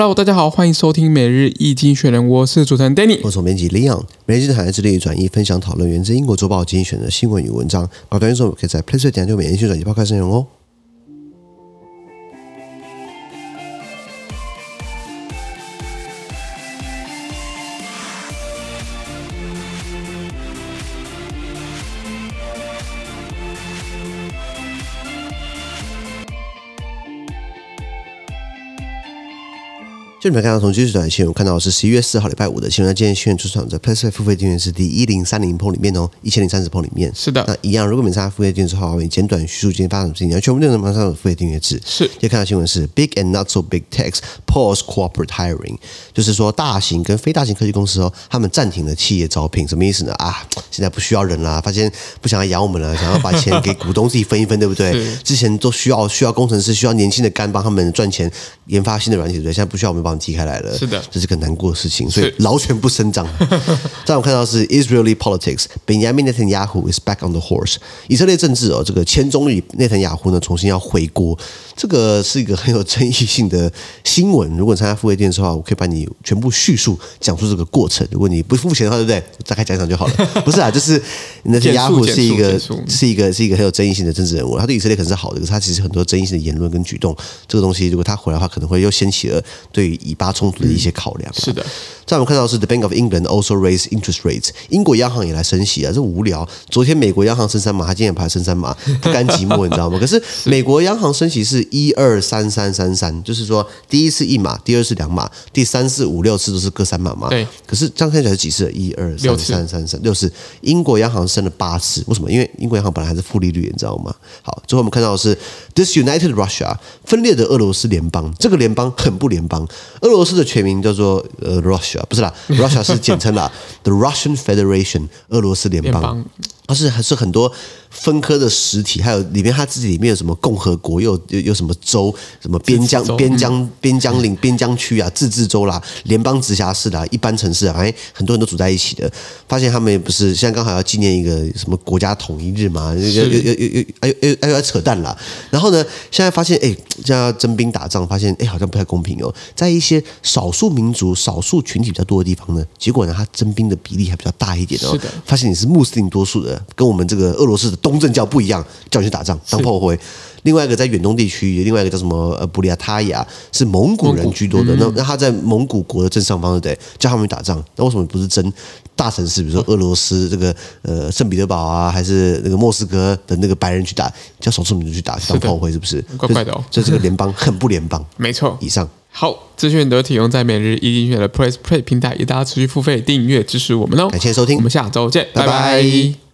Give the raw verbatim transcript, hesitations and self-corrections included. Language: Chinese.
Hello， 大家好，欢迎收听每日易经选人，我是主持人 Danny， 我是总编辑 Leon。每日精谈致力于转译、分享、讨论源自英国周报精选的新闻与文章。搞短语之后，可以在 Play Store 点击每日精选转译 Podcast 内容哦。就你们看到从技术短新闻看到的是十一月四号礼拜五的新闻。那今天新闻出场在 PlusPay 付费订阅是第一零三零 P O 里面哦，一千零三十 P O 里面。 是的， 那一样，如果你参加付费订阅之后，你简短叙述今天发生什么事情，然后全部内容马上有付费订阅制。 是， 可以看到新闻是 Big and Not So Big Techs pause corporate hiring， 就是说大型跟非大型科技公司哦，他们暂停了企业招聘，什么意思呢？啊，现在不需要人啦，发现不想要养我们了，想要把钱给股东自己分一分，对不对？之前都需要需要工程师，需要年轻的肝帮他们赚钱，研发新的软体，对不对？现在不需要我们把我们踢开来了。 是的， 这是个难过的事情，所以劳权不生长。再我们看到是 Israeli politics， Benjamin Netanyahu is back on the horse。以色列政治哦，这个前总理内塔尼亚胡呢重新要回国，这个是一个很有争议性的新闻。如果你参加付费订阅的话，我可以把你全部叙述讲出这个过程。如果你不付钱的话，对不对？我大概讲讲就好了。不是啊，就是内塔尼亚胡是一个是一个是一个很有争议性的政治人物，他对以色列可能是好的，可是他其实很多争议性的言论跟举动，这个东西如果他回来的话，可能会又掀起了对于以巴冲突的一些考量。 是的， 再我们看到是 The Bank of England also raised interest rates， 英国央行也来升息啊，这无聊。昨天美国央行升三码，他今天也爬升三码，不甘寂寞，你知道吗？可是美国央行升息是一二三三三三，就是说第一次一码，第二次两码，第三四五六次都是各三码嘛。 对。 可是这样看起来是几次？一二三三三三六次。英国央行升了八次，为什么？因为英国央行本来还是负利率，你知道吗？好，最后我们看到的是 Disunited Russia， 分裂的俄罗斯联邦，这个联邦很不联邦。俄罗斯的全名叫做呃 Russia， 不是啦 ，Russia 是简称啦，The Russian Federation， 俄罗斯联邦。它是还是很多分科的实体，还有里面它自己里面有什么共和国，又有有什么州，什么边疆边疆边疆领边疆区啊，自治州啦，联邦直辖市啦，一般城市啊，哎，很多人都住在一起的。发现他们也不是现在刚好要纪念一个什么国家统一日嘛，又又又又又又又扯淡啦。然后呢，现在发现哎，现在要征兵打仗，发现哎好像不太公平哦。在一些少数民族、少数群体比较多的地方呢，结果呢，他征兵的比例还比较大一点哦。发现你是穆斯林多数的。跟我们这个俄罗斯的东正教不一样，叫你去打仗当炮灰。另外一个在远东地区，另外一个叫什么呃布里亚塔亚，是蒙古人居多的。那、嗯、那他在蒙古国的正上方，对不对？叫他们去打仗，那为什么不是征大城市，比如说俄罗斯这个呃圣彼得堡啊，还是那个莫斯科的那个白人去打，叫少数民族去打当炮灰，是不是？ 怪怪的哦。 这这个联邦很不联邦。 没错。 以上。 好，资讯都提供在每日易经选的 Press Play 平台，也大家持续付费订阅支持我们哦。 感谢收听， 我们下周见， 拜拜。 拜拜。